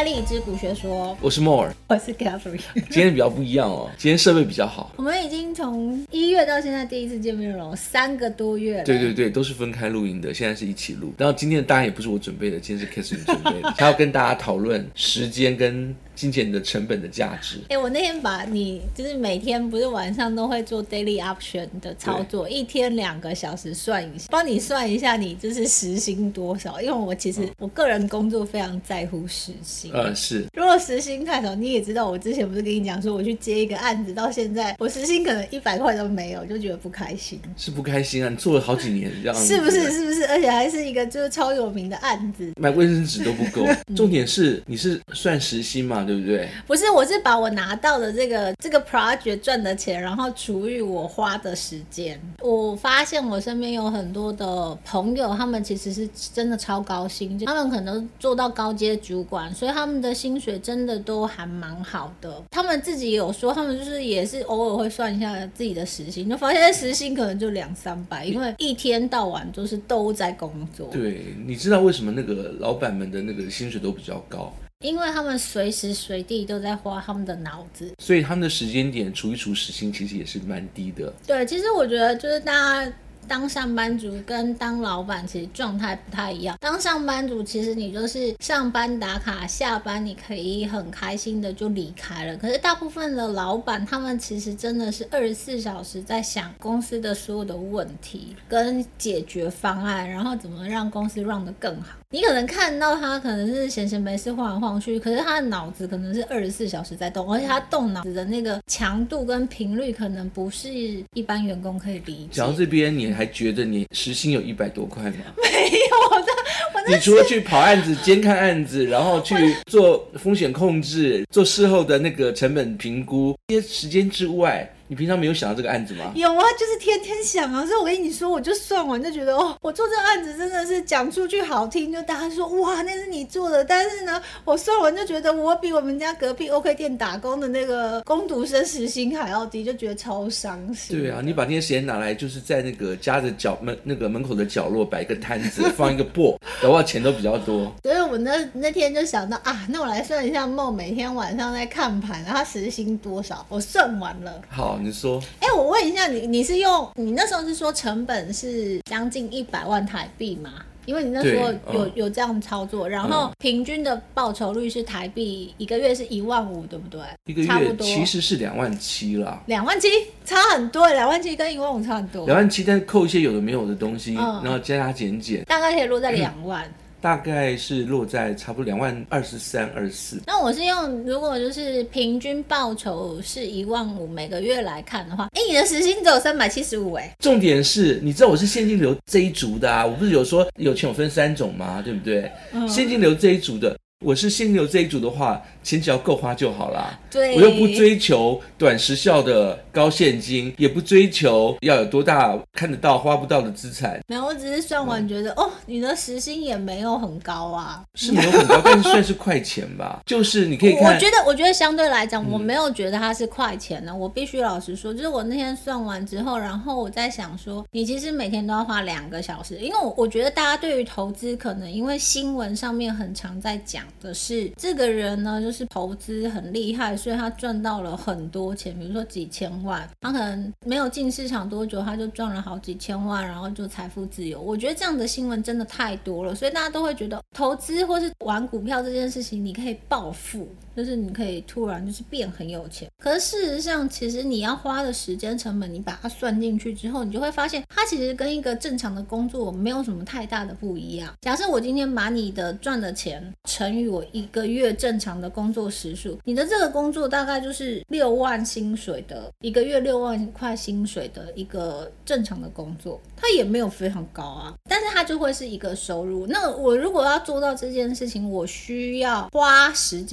佳丽之股学说， 我是 More， 我是 Catherine。 今天比较不一样哦，今天设备比较好。 我们已经从1月到现在第一次见面了，3个多月了。 对对对，都是分开录音的，现在是一起录。然后今天的当然也不是我准备的，今天是 Catherine 准备的，他要跟大家讨论时间跟金钱的成本的价值。 我那天把你就是每天不是晚上都会做 daily option 的操作，一天2个小时算一下，帮你算一下你就是时薪多少。因为我其实我个人工作非常在乎时薪。 是。 如果时薪太少，你也知道我之前不是跟你讲说我去接一个案子，到现在我时薪可能100块都没有，就觉得不开心。 是不开心啊？你做了好几年这样子， 是不是？是不是？而且还是一个就是超有名的案子， 买卫生纸都不够。重点是你是算时薪嘛，对不对？ 不是，我是把我拿到的这个 project 赚的钱，然后除以我花的时间。我发现我身边有很多的朋友，他们其实是真的超高薪，他们可能做到高阶主管，所以他们的薪水真的都还蛮好的。他们自己有说，他们就是也是偶尔会算一下自己的时薪，就发现时薪可能就200-300，因为一天到晚都在工作。 对，你知道为什么那个老板们的那个薪水都比较高？ 因为他们随时随地都在花他们的脑子， 所以他们的时间点除一除时薪其实也是蛮低的。 对，其实我觉得就是大家当上班族跟当老板其实状态不太一样。当上班族其实你就是上班打卡，下班你可以很开心的就离开了。可是大部分的老板他们其实真的是24小时在想公司的所有的问题跟解决方案，然后怎么让公司 run 得更好。你可能看到他可能是闲闲没事晃来晃去，可是他的脑子可能是24小时在动，而且他动脑子的那个强度跟频率可能不是一般员工可以理解。 讲到这边，你还觉得你时薪有100多块吗？ 没有， 你除了去跑案子、监看案子，然后去做风险控制、做事后的那个成本评估这些时间之外，你平常没有想到这个案子吗？ 有啊，就是天天想啊。所以我跟你说，我就算完就觉得我做这个案子真的是讲出去好听，就大家说哇那是你做的，但是呢我算完就觉得我比我们家隔壁 OK 店打工的那个工读生时薪还要低，就觉得超伤心。 对啊，你把那些时间拿来就是在那个家的那个门口的角落摆一个摊子，放一个钵，搞不好钱都比较多。 所以我那天就想到啊，那我来算一下梦每天晚上在看盘，然后时薪多少，我算完了。 好，你说。 我问一下你是用你那时候是说成本是将近100万台币吗？因为你那时候有这样操作，然后平均的报酬率是台币一个月是15000，对不对？ 一个月其实是27000啦。 27000差很多，27000跟15000差很多。 27000，但是扣一些有的没有的东西，然后加减， 大概可以落在2万。 大概是落在差不多22300、24000。 那我是用如果就是平均报酬是15000每个月来看的话，你的时薪只有375。 重点是你知道我是现金流这一族的啊，我不是有说有钱有分3种吗？对不对？现金流这一族的。我是现金流这一组的话，钱只要够花就好啦。 对， 我又不追求短时效的高现金，也不追求要有多大看得到花不到的资产。 没有，我只是算完觉得你的时薪也没有很高啊， 是没有很高，但是算是快钱吧。就是你可以看， 我觉得相对来讲，我没有觉得它是快钱呢。我必须老实说，就是我那天算完之后，然后我在想说，你其实每天都要花2个小时，因为我觉得大家对于投资可能因为新闻上面很常在讲的是这个人呢就是投资很厉害，所以他赚到了很多钱，比如说几千万，他可能没有进市场多久他就赚了好几千万，然后就财富自由。我觉得这样的新闻真的太多了，所以大家都会觉得投资或是玩股票这件事情你可以暴富，就是你可以突然就是变很有钱。可是事实上其实你要花的时间成本，你把它算进去之后，你就会发现它其实跟一个正常的工作没有什么太大的不一样。假设我今天把你的赚的钱乘以我1个月正常的工作时数，你的这个工作大概就是6万薪水的1个月6万块薪水的一个正常的工作，它也没有非常高啊，但是它就会是一个收入。那我如果要做到这件事情，我需要花时间力气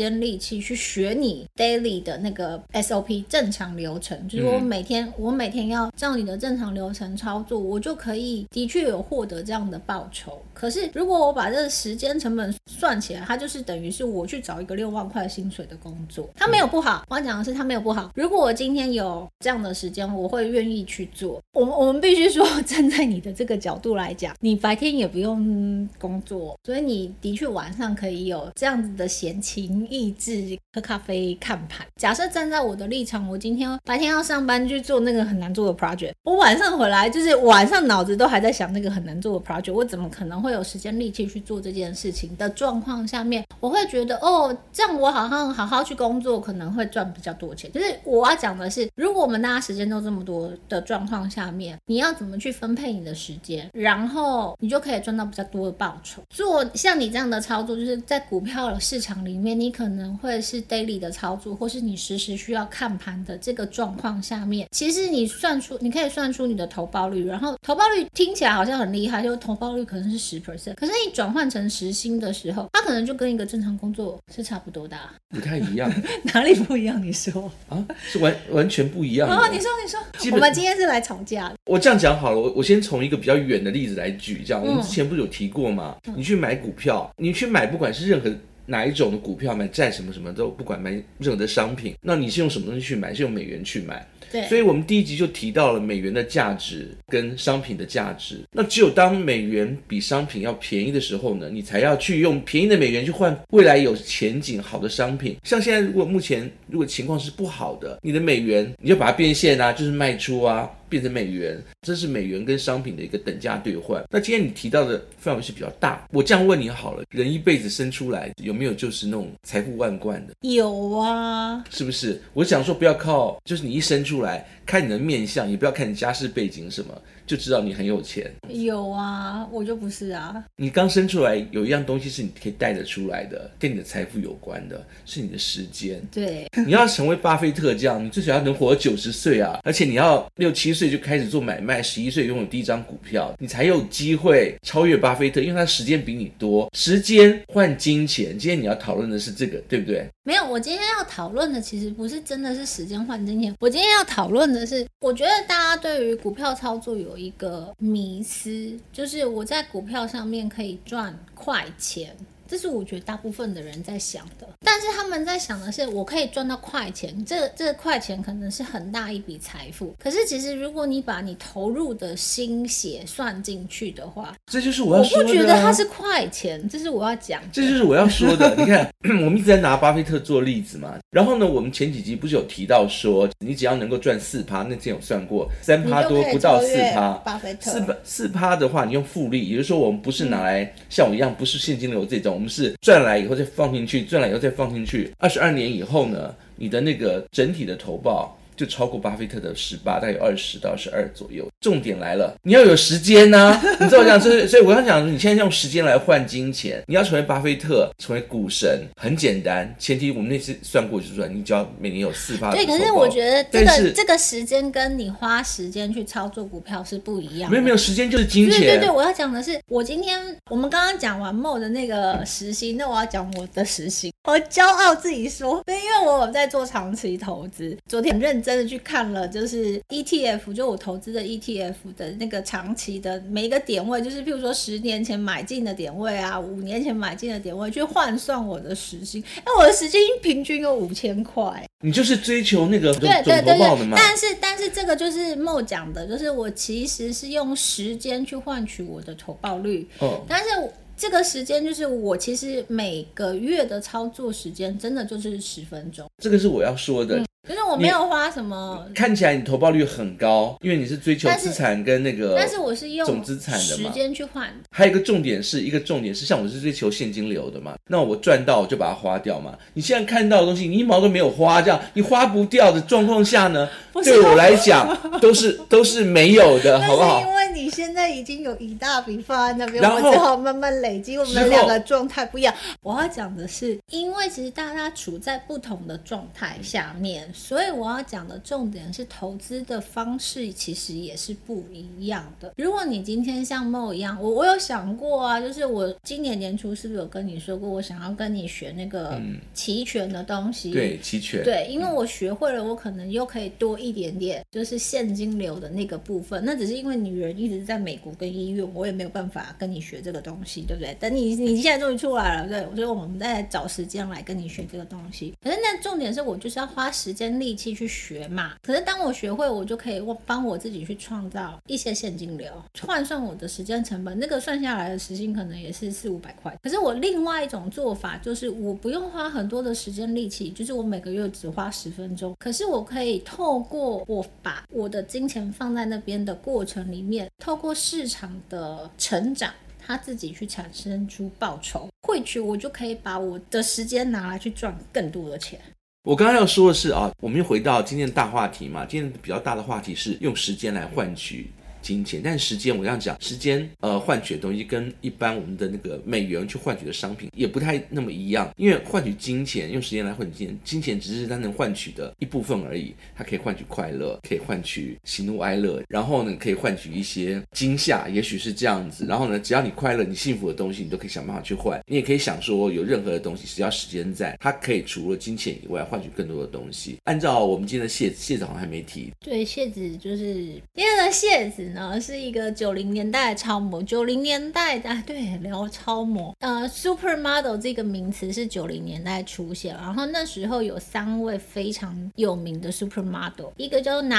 气去学你 daily 的那个 SOP 正常流程，就是我每天要照你的正常流程操作，我就可以的确有获得这样的报酬。可是如果我把这个时间成本算起来，它就是等于是我去找一个6万块薪水的工作，它没有不好，我要讲的是它没有不好。如果我今天有这样的时间，我会愿意去做。我们必须说，站在你的这个角度来讲，你白天也不用工作，所以你的确晚上可以有这样子的闲情逸致，喝咖啡看盘。假设站在我的立场，我今天白天要上班去做那个很难做的 project， 我晚上回来就是晚上脑子都还在想那个很难做的 project， 我怎么可能会有时间力气去做这件事情的状况下面，我会觉得这样我好好去工作可能会赚比较多钱。就是我要讲的是，如果我们大家时间都这么多的状况下面，你要怎么去分配你的时间，然后你就可以赚到比较多的报酬。做像你这样的操作，就是在股票的市场里面，你可能会是 daily 的操作，或是你时时需要看盘的这个状况下面，其实你可以算出你的投报率，然后投报率听起来好像很厉害，就投报率可能是 10%， 可是你转换成时薪的时候，它可能就跟一个正常工作是差不多的不太一样。 哪里不一样？你说是完全不一样的。 你说我们今天是来吵架的。 我这样讲好了，我先从一个比较远的例子来举，这样我们之前不是有提过吗？你去买股票，你去买不管是任何哪一种的股票，买债什么什么都不管，买任何的商品，那你是用什么东西去买？是用美元去买。 对， 所以我们第一集就提到了美元的价值跟商品的价值。那只有当美元比商品要便宜的时候呢，你才要去用便宜的美元去换未来有前景好的商品。像现在目前情况是不好的，你的美元你就把它变现啊，就是卖出啊，变成美元，这是美元跟商品的一个等价兑换。那今天你提到的范围是比较大，我这样问你好了，人一辈子生出来有没有就是那种财富万贯的？ 有啊， 是不是？我想说不要靠，就是你一生出来看你的面相，也不要看你家世背景什么，就知道你很有钱。 有啊，我就不是啊。 你刚生出来有一样东西是你可以带得出来的，跟你的财富有关的，是你的时间。 对， 你要成为巴菲特这样，你最少要能活90岁啊，而且你要6、7岁就开始做买卖，11岁拥有第一张股票，你才有机会超越巴菲特，因为他时间比你多。时间换金钱，今天你要讨论的是这个，对不对？ 没有，我今天要讨论的其实不是真的是时间换金钱，我今天要讨论的是，我觉得大家对于股票操作有一个迷思，就是我在股票上面可以赚快钱。这是我觉得大部分的人在想的，但是他们在想的是我可以赚到快钱，这个快钱可能是很大一笔财富，可是其实如果你把你投入的心血算进去的话， 这就是我要说的。 我不觉得它是快钱，这是我要讲的， 这就是我要说的。你看我们一直在拿巴菲特做例子嘛，然后呢我们前几集不是有提到说你只要能够赚 4%， 那之前有算过 3% 多不到 4%， 巴菲特 4% 的话你用复利，也就是说我们不是拿来像我一样不是现金流这种，我们是赚来以后再放进去，赚来以后再放进去，22年以后呢，你的那个整体的投报就超过巴菲特的18%，大概有20到12左右。重点来了，你要有时间啊，你知道我讲，所以我要讲，你现在用时间来换金钱，你要成为巴菲特，成为股神，很简单，前提我们那次算过就是说，你只要每年有4%的投报。 对，可是我觉得这个时间跟你花时间去操作股票是不一样的。 没有，时间就是金钱。 对，我要讲的是，我们刚刚讲完Mo的那个时薪，那我要讲我的时薪。我骄傲自己说，因为我有在做长期投资，昨天很认真的去看了，就是 ETF， 就我投资的 ETF 的那个长期的每一个点位，就是譬如说10年前买进的点位啊，5年前买进的点位，去换算我的时薪。我的时薪平均有5000块。你就是追求那个总投报的嘛。 但是这个就是 Mo 讲的，就是我其实是用时间去换取我的投报率。但是这个时间就是我其实每个月的操作时间真的就是10分钟。 这个是我要说的。 就是我没有花什么， 看起来你投报率很高，因为你是追求资产跟那个， 但是我是用总资产的嘛， 时间去换。 还有一个重点是像我是追求现金流的嘛，那我赚到我就把它花掉嘛。你现在看到的东西，你一毛都没有花，这样你花不掉的状况下呢，对我来讲都是没有的，好不好？ 因为你现在已经有一大笔放在那边， 然后我只好慢慢累积。我们两个状态不一样。我要讲的是，因为其实大家处在不同的状态下面，所以我要讲的重点是投资的方式其实也是不一样的。如果你今天像Mo一样，我有想过啊，就是我今年年初是不是有跟你说过，我想要跟你学那个期权的东西？ 对，期权。 对，因为我学会了，我可能又可以多一点点，就是现金流的那个部分。那只是因为女人一直在美国跟医院，我也没有办法跟你学这个东西，对不对？等你现在终于出来了，对，所以我们再找时间来跟你学这个东西。可是那重点是我就是要花时间力气去学嘛。可是当我学会，我就可以帮我自己去创造一些现金流，换算我的时间成本，那个算下来的时薪可能也是400-500块。可是我另外一种做法就是我不用花很多的时间力气，就是我每个月只花10分钟，可是我可以透过我把我的金钱放在那边的过程里面，透过市场的成长，他自己去产生出报酬，或许我就可以把我的时间拿来去赚更多的钱。 我刚刚要说的是啊，我们又回到今天的大话题嘛。今天比较大的话题是用时间来换取金钱，但是时间我这样讲，时间换取的东西跟一般我们的那个美元去换取的商品也不太那么一样，因为换取金钱，用时间来换取金钱，金钱只是它能换取的一部分而已，它可以换取快乐，可以换取喜怒哀乐，然后呢可以换取一些惊吓，也许是这样子，然后呢只要你快乐你幸福的东西你都可以想办法去换，你也可以想说有任何的东西只要时间在，它可以除了金钱以外换取更多的东西。按照我们今天的谢子好像还没提， 对，谢子就是今天的谢子呢是一个90年代的超模，90年代的对，聊超模supermodel 这个名词是90年代出现，然后那时候有3位非常有名的 supermodel， 一个叫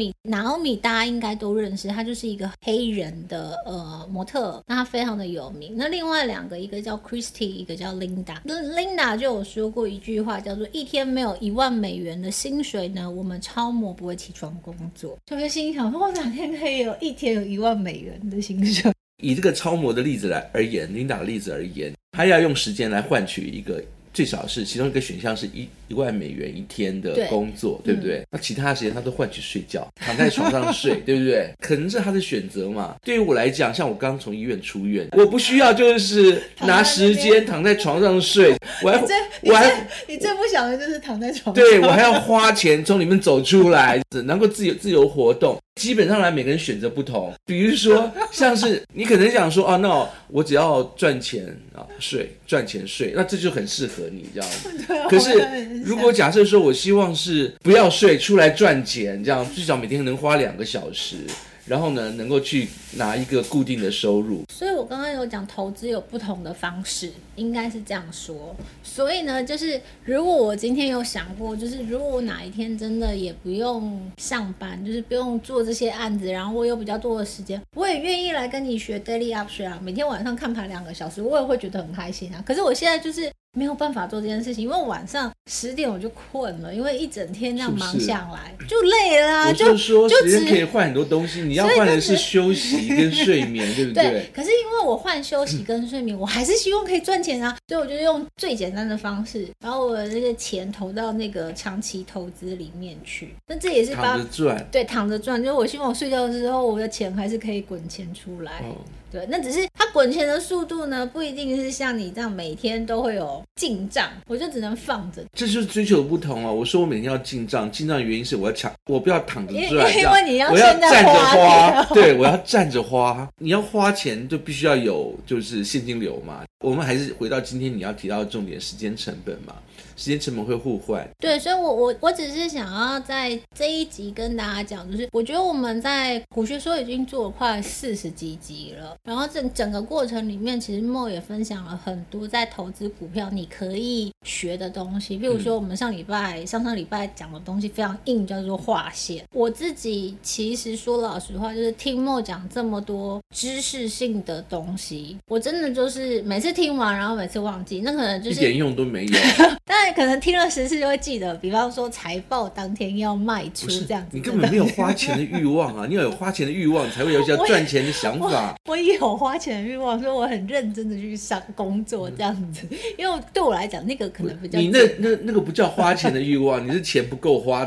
Naomi 大家应该都认识，她就是一个黑人的模特，那她非常的有名。那另外2个，一个叫 Christy， 一个叫 Linda 就有说过一句话叫做一天没有$10,000的薪水呢，我们超模不会起床工作。就会心想说我哪天可以有一天有$10,000的薪水。 以这个超模的例子来而言，Linda 的例子而言，他要用时间来换取一个最少是其中一个选项是$10,000一天的工作， 对不对？那其他的时间他都换取睡觉，躺在床上睡，对不对？可能是他的选择嘛。对于我来讲，像我刚从医院出院，我不需要就是拿时间躺在床上睡， 你最不想的就是躺在床上， 对，我还要花钱从里面走出来，能够自由活动。基本上来每个人选择不同，比如说像是你可能想说啊，那我只要赚钱啊睡，赚钱睡，那这就很适合你这样子。可是如果假设说我希望是不要睡，出来赚钱，这样至少每天能花2个小时，然后呢能够去拿一个固定的收入。 所以我刚刚有讲投资有不同的方式，应该是这样说。所以呢就是如果我今天有想过，就是如果我哪一天真的也不用上班，就是不用做这些案子，然后我有比较多的时间，我也愿意来跟你学 daily option 啊，每天晚上看盘2个小时，我也会觉得很开心啊。可是我现在就是没有办法做这件事情，因为晚上10点我就困了，因为一整天这样忙下来就累了啊。 我就说时间可以换很多东西，你要换的是休息跟睡眠，对不对？ 对。可是因为我换休息跟睡眠，我还是希望可以赚钱啊，所以我就用最简单的方式，把我的这个钱投到那个长期投资里面去。那这也是躺着赚， 对，躺着赚，就是我希望我睡觉的时候，我的钱还是可以滚钱出来。对，那只是它滚钱的速度呢，不一定是像你这样每天都会有进账，我就只能放着。 这就是追求的不同啊！我说我每天要进账，进账的原因是我不要躺着赚， 因为你要我要站着花， 对，我要站着花。你要花钱就必须要有就是现金流嘛。我们还是回到今天你要提到的重点，时间成本嘛。时间成本会互换。 对，所以我只是想要在这一集跟大家讲，就是我觉得我们在股学说已经做了快40几集了，然后整个过程里面，其实Mo也分享了很多在投资股票你可以学的东西，譬如说我们上上礼拜讲的东西非常硬，叫做划线。我自己其实说老实话，就是听Mo讲这么多知识性的东西，我真的就是每次听完，然后每次忘记，那可能就是一点用都没有。 当然可能听了10次就会记得，比方说财报当天要卖出这样子。 你根本没有花钱的欲望啊！你要有花钱的欲望，才会有一些赚钱的想法。 我也有花钱的欲望，所以我很认真的去上工作这样子。因为对我来讲，那个可能比较你那个不叫花钱的欲望，你是钱不够花的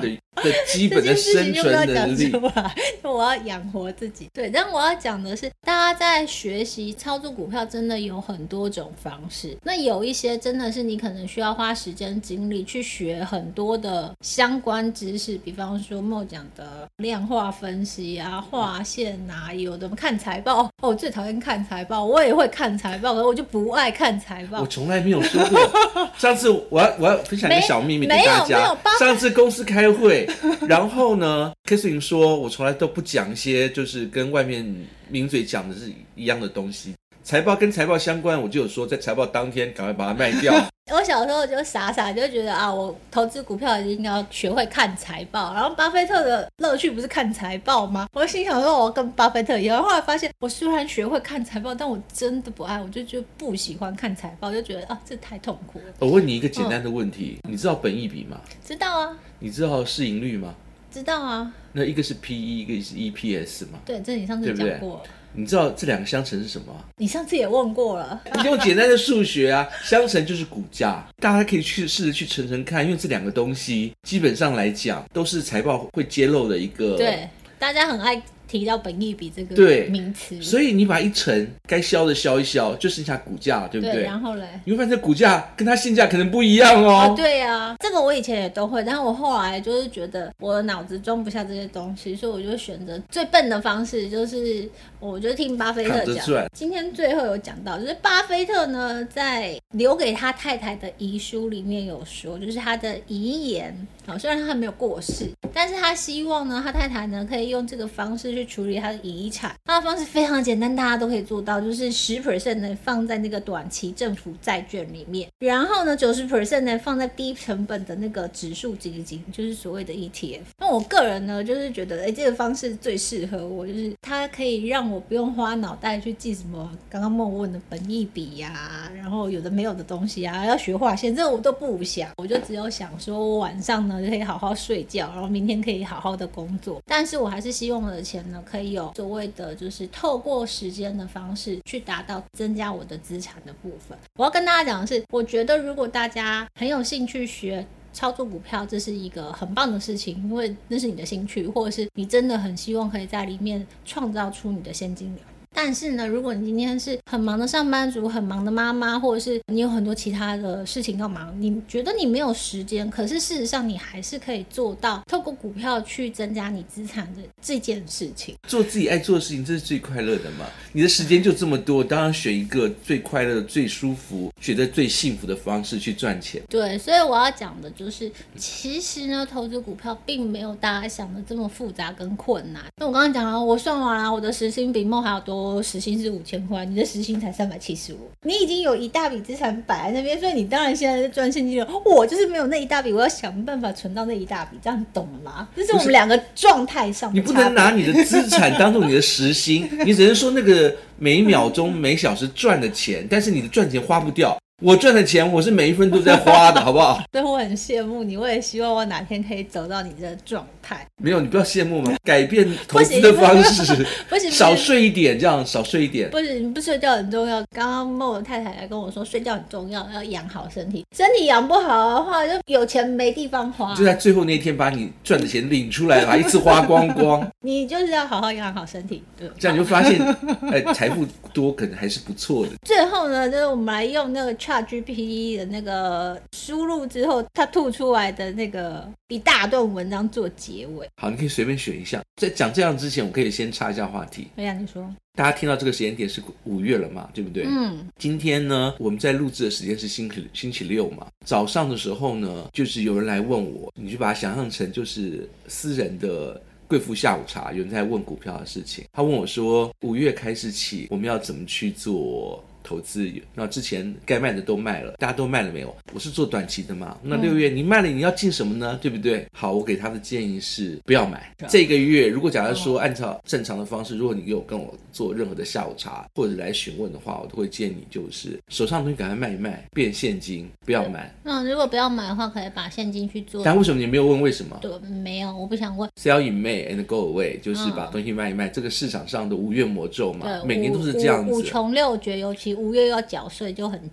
的基本的生存能力。 我要养活自己。对，但我要讲的是，大家在学习操作股票真的有很多种方式。那有一些真的是你可能需要花时间精力去学很多的相关知识，比方说Mo讲的量化分析啊、画线啊，有的看财报。我最讨厌看财报，我也会看财报，可是我就不爱看财报。 我从来没有说过。上次我要分享一个小秘密给大家。上次公司开会，然后呢 Catherine 说我从来都不讲一些就是跟外面名嘴讲的是一样的东西。财报跟财报相关，我就有说在财报当天赶快把它卖掉。 我小时候就傻傻就觉得啊，我投资股票一定要学会看财报，然后巴菲特的乐趣不是看财报吗？我心想说我跟巴菲特一样，后来发现我虽然学会看财报，但我真的不爱，我就不喜欢看财报，就觉得啊这太痛苦了。 我问你一个简单的问题，你知道本益比吗？ 知道啊。 你知道市盈率吗？ 知道啊。 那一个是 PE， 一个是 EPS 嘛？ 对，这你上次讲过了。 你知道这两个相乘是什么？ 你上次也问过了。 你用简单的数学啊，相乘就是股价，大家可以去试着去乘看，因为这两个东西基本上来讲都是财报会揭露的一个。 对，大家很爱提到本益比这个名词， 所以你把一乘该消的消一消，就剩下股价，对不对？ 对，然后嘞， 你会发现股价跟它现价可能不一样哦。 对啊，这个我以前也都会，但是我后来就是觉得我的脑子装不下这些东西，所以我就选择最笨的方式，就是我就听巴菲特讲。今天最后有讲到，就是巴菲特呢在留给他太太的遗书里面有说，就是他的遗言。虽然他还没有过世，但是他希望呢，他太太呢可以用这个方式去处理他的遗产。他的方式非常简单，大家都可以做到，就是 10% 呢放在那个短期政府债券里面，然后呢 90% 呢放在低成本的那个指数基金，就是所谓的 ETF。那我个人呢就是觉得，这个方式最适合我，就是它可以让我不用花脑袋去记什么刚刚Mo问的本益比呀，然后有的没有的东西啊，要学划线，这我都不想，我就只有想说我晚上呢就可以好好睡觉，然后明天可以好好的工作。但是我还是希望我的钱呢可以有所谓的就是透过时间的方式去达到增加我的资产的部分。我要跟大家讲的是，我觉得如果大家很有兴趣学操作股票，这是一个很棒的事情，因为那是你的兴趣，或者是你真的很希望可以在里面创造出你的现金流。但是呢，如果你今天是很忙的上班族，很忙的妈妈，或者是你有很多其他的事情要忙，你觉得你没有时间，可是事实上你还是可以做到透过股票去增加你资产的这件事情。 做自己爱做的事情，这是最快乐的嘛。你的时间就这么多，当然选一个最快乐、最舒服、觉得最幸福的方式去赚钱。 对，所以我要讲的就是，其实呢，投资股票并没有大家想的这么复杂跟困难。那我刚刚讲了，我算完了，我的时薪比Mo还要多。时薪是5000块，你的时薪才375，你已经有一大笔资产摆在那边，所以你当然现在在赚现金流。我就是没有那一大笔，我要想办法存到那一大笔，这样懂了吗？这是我们两个状态上的差别。 你不能拿你的资产当做你的时薪，你只能说那个每秒钟、每小时赚的钱，但是你的赚钱花不掉。我赚的钱我是每一分都在花的好不好？ 所以我很羡慕你，我也希望我哪天可以走到你这个状态。 没有，你不要羡慕嘛，改变投资的方式。 不行， 少睡一点，这样少睡一点。 不是，不睡觉很重要。刚刚Mo的太太来跟我说，睡觉很重要，要养好身体。身体养不好的话，就有钱没地方花。 就在最后那一天把你赚的钱领出来，把一次花光光。 你就是要好好养好身体，对。 这样你就发现，财富多可能还是不错的。 最后呢，就是我们来用那个ChatGPT 的那个输入之后，它吐出来的那个一大段文章做结尾。 好，你可以随便选一项。在讲这样之前，我可以先插一下话题。 对呀，你说。 大家听到这个时间点是5月了嘛，对不对？今天呢，我们在录制的时间是星期六嘛。早上的时候呢，就是有人来问我，你就把它想象成就是私人的贵妇下午茶，有人在问股票的事情。他问我说，5月开始起，我们要怎么去做投资？那之前该卖的都卖了，大家都卖了没有？我是做短期的嘛，那6月你卖了，你要进什么呢？对不对？好，我给他的建议是不要买。这个月如果假如说按照正常的方式，如果你有跟我做任何的下午茶或者来询问的话，我都会建议你就是手上的东西赶快卖一卖，变现金，不要买。 如果不要买的话，可以把现金去做。 但为什么你没有问为什么？ 对，没有，我不想问。 Sell in May and go away， 就是把东西卖一卖，这个市场上的5月魔咒嘛，每年都是这样子， 五穷六绝，尤其5月要缴税就很穷。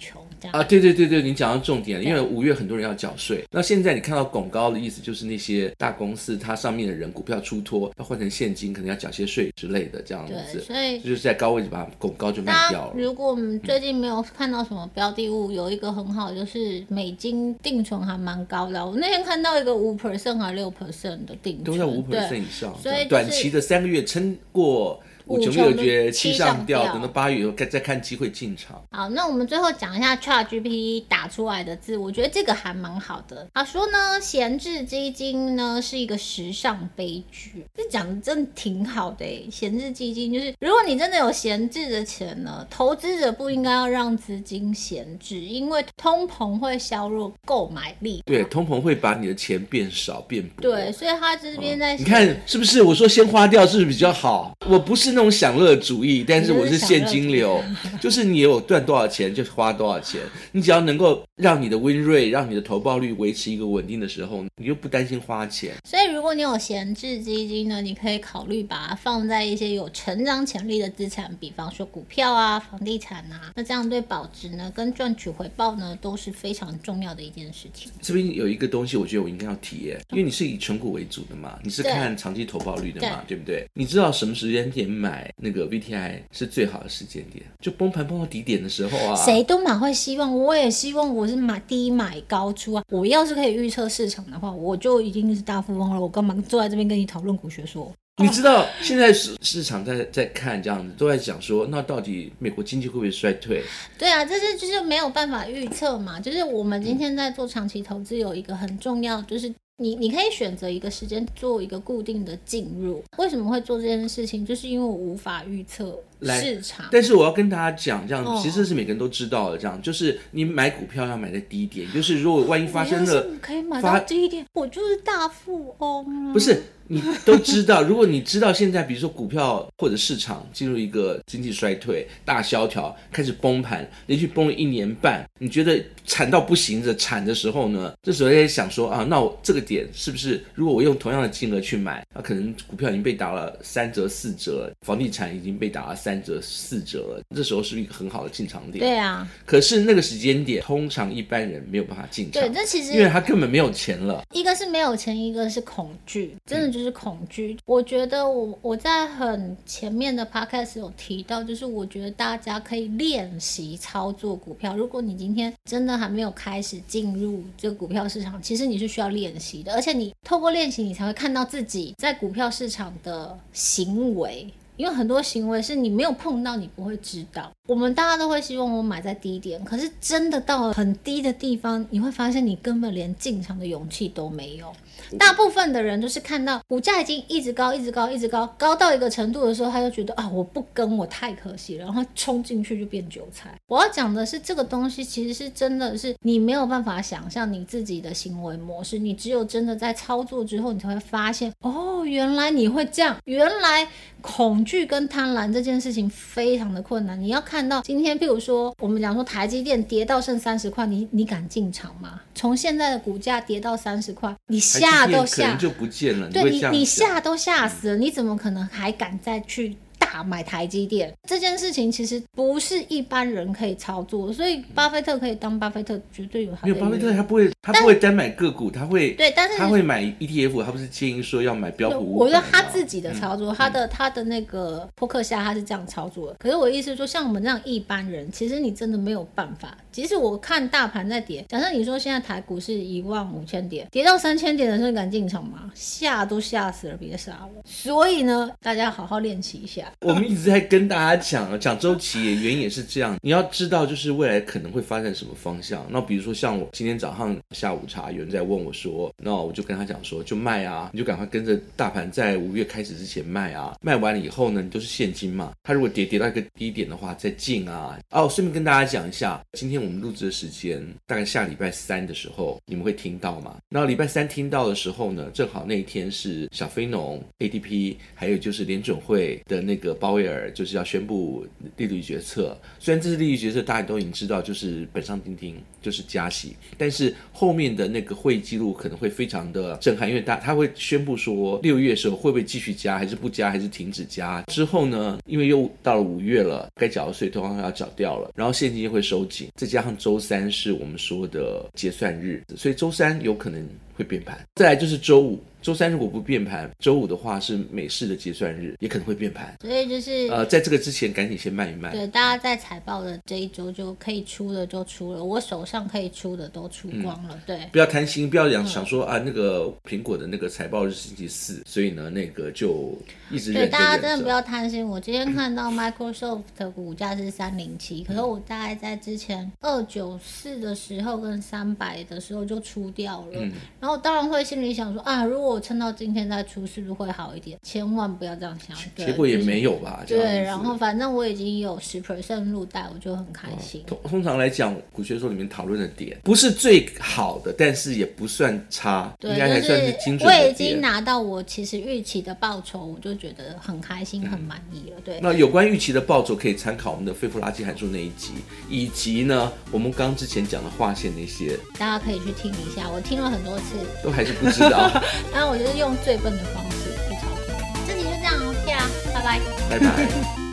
这样啊，对对对对，你讲到重点了，因为5月很多人要缴税。那现在你看到拱高的意思就是那些大公司它上面的人股票出脱要换成现金，可能要缴些税之类的这样子， 对，所以就是在高位置把拱高就卖掉了。 如果我们最近没有看到什么标的物，有一个很好就是美金定存还蛮高的，我那天看到一个5% 还6% 的定存， 都在5% 以上， 所以、 短期的3个月撑过5穷6绝7上吊，等到8月以后再看机会进场。 好，那我们最后讲一下 ChatGPT 打出来的字，我觉得这个还蛮好的。他说呢，闲置基金呢是一个时尚悲剧，这讲的真的挺好的耶。闲置基金就是如果你真的有闲置的钱呢，投资者不应该要让资金闲置，因为通膨会削弱购买力。 对，通膨会把你的钱变少变薄。 对，所以他这边在你看是不是？我说先花掉是不是比较好？我不是那种享乐主义，但是我是现金流，就是你有赚多少钱就花多少钱，你只要能够让你的win rate，让你的投报率维持一个稳定的时候，你就不担心花钱。 所以如果你有闲置基金呢，你可以考虑把它放在一些有成长潜力的资产，比方说股票啊、房地产啊，那这样对保值呢跟赚取回报呢都是非常重要的一件事情。 这边有一个东西我觉得我应该要提耶，因为你是以纯股为主的嘛，你是看长期投报率的嘛， 对不对？你知道什么时间点买那个 VTI 是最好的时间点？就崩盘崩到底点的时候啊。 谁都蛮会希望，我也希望我是买低买高出啊。我要是可以预测市场的话，我就一定是大富翁了。我干嘛坐在这边跟你讨论股学说？ 你知道现在市场在看这样子，都在讲说，那到底美国经济会不会衰退？ 对啊，这是就是没有办法预测嘛。就是我们今天在做长期投资，有一个很重要，就是你可以选择一个时间做一个固定的进入。为什么会做这件事情？就是因为我无法预测市场。 但是我要跟大家讲，这样其实是每个人都知道的，这样就是你买股票要买在低点，就是如果万一发生了， 可以买到低点，我就是大富翁了。 不是。你都知道，如果你知道现在比如说股票或者市场进入一个经济衰退、大萧条，开始崩盘，连续崩了1年半，你觉得惨到不行的惨的时候呢，这时候也想说啊，那我这个点是不是如果我用同样的金额去买，可能股票已经被打了3折4折，房地产已经被打了3折4折了，这时候是一个很好的进场点。 对啊， 可是那个时间点通常一般人没有办法进场。 对，这其实因为他根本没有钱了， 一个是没有钱，一个是恐惧，真的就是恐惧。我觉得我在很前面的 podcast 有提到，就是我觉得大家可以练习操作股票。如果你今天真的还没有开始进入这个股票市场，其实你是需要练习的，而且你透过练习，你才会看到自己在股票市场的行为。因为很多行为是你没有碰到，你不会知道。我们大家都会希望我买在低点，可是真的到了很低的地方，你会发现你根本连进场的勇气都没有。大部分的人都是看到股价已经一直高一直高一直高，高到一个程度的时候，他就觉得啊，我不跟，我太可惜了，然后他冲进去就变韭菜。我要讲的是这个东西其实是真的是你没有办法想象你自己的行为模式，你只有真的在操作之后，你才会发现哦，原来你会这样，原来恐惧跟贪婪这件事情非常的困难。你要看到今天譬如说我们讲说台积电跌到剩30块，你敢进场吗？从现在的股价跌到30块，你吓都吓， 可能就不见了。 对，你吓都吓死了，你怎么可能还敢再去大买台积电？这件事情其实不是一般人可以操作的，所以巴菲特可以当巴菲特，绝对有他的原因。 没有，巴菲特他不会单买个股，他会对，但是他会买 ETF， 他不是建议说要买标普500。 我觉得他自己的操作，他的那个波克夏他是这样操作的。可是我的意思是说，像我们这样一般人，其实你真的没有办法。即使我看大盘在跌，假设你说现在台股是15000点，跌到3000点的时候，你敢进场吗？吓都吓死了，别傻了。所以呢，大家好好练习一下。 我们一直在跟大家讲周期，原因也是这样。你要知道，就是未来可能会发展什么方向。那比如说像我今天早上下午茶，有人在问我说，那我就跟他讲说，就卖啊，你就赶快跟着大盘在5月开始之前卖啊，卖完了以后呢，你都是现金嘛。他如果跌到一个低点的话，再进啊。顺便跟大家讲一下，今天我们录制的时间大概下礼拜3的时候，你们会听到嘛？然后礼拜3听到的时候呢，正好那一天是小非农、ADP， 还有就是联准会的那个个鲍威尔就是要宣布利率决策，虽然这是利率决策大家都已经知道就是本上钉钉就是加息，但是后面的那个会议记录可能会非常的震撼，因为他会宣布说6月的时候会不会继续加还是不加还是停止加，之后呢因为又到了5月了，该缴的税通常要缴掉了，然后现金会收紧，再加上周三是我们说的结算日，所以周三有可能会变盘，再来就是周五，周三如果不变盘，周五的话是美式的结算日，也可能会变盘。 所以就是在这个之前赶紧先卖一卖。 对，大家在财报的这一周就可以出的就出了，我手上可以出的都出光了。对， 不要贪心，不要想说那个苹果的那个财报是星期四，所以呢那个就一直忍着。 对，大家真的不要贪心。我今天看到 Microsoft 的股价是307，可是我大概在之前294的时候跟300的时候就出掉了。然后当然会心里想说如果我撑到今天再出，是不是会好一点？千万不要这样想。 结果也没有吧？ 对，然后反正我已经有10% 入袋，我就很开心。 通常来讲，股学说里面讨论的点不是最好的，但是也不算差，应该还算是精准的点。 我已经拿到我其实预期的报酬，我就觉得很开心、很满意了。对。 那有关预期的报酬可以参考我们的非弗拉基函数那一集，以及呢我们刚之前讲的划线那些， 大家可以去听一下。我听了很多次， 都还是不知道。 然后我就是用最笨的方式去操作。这集就这样，OK 拜拜， 拜拜。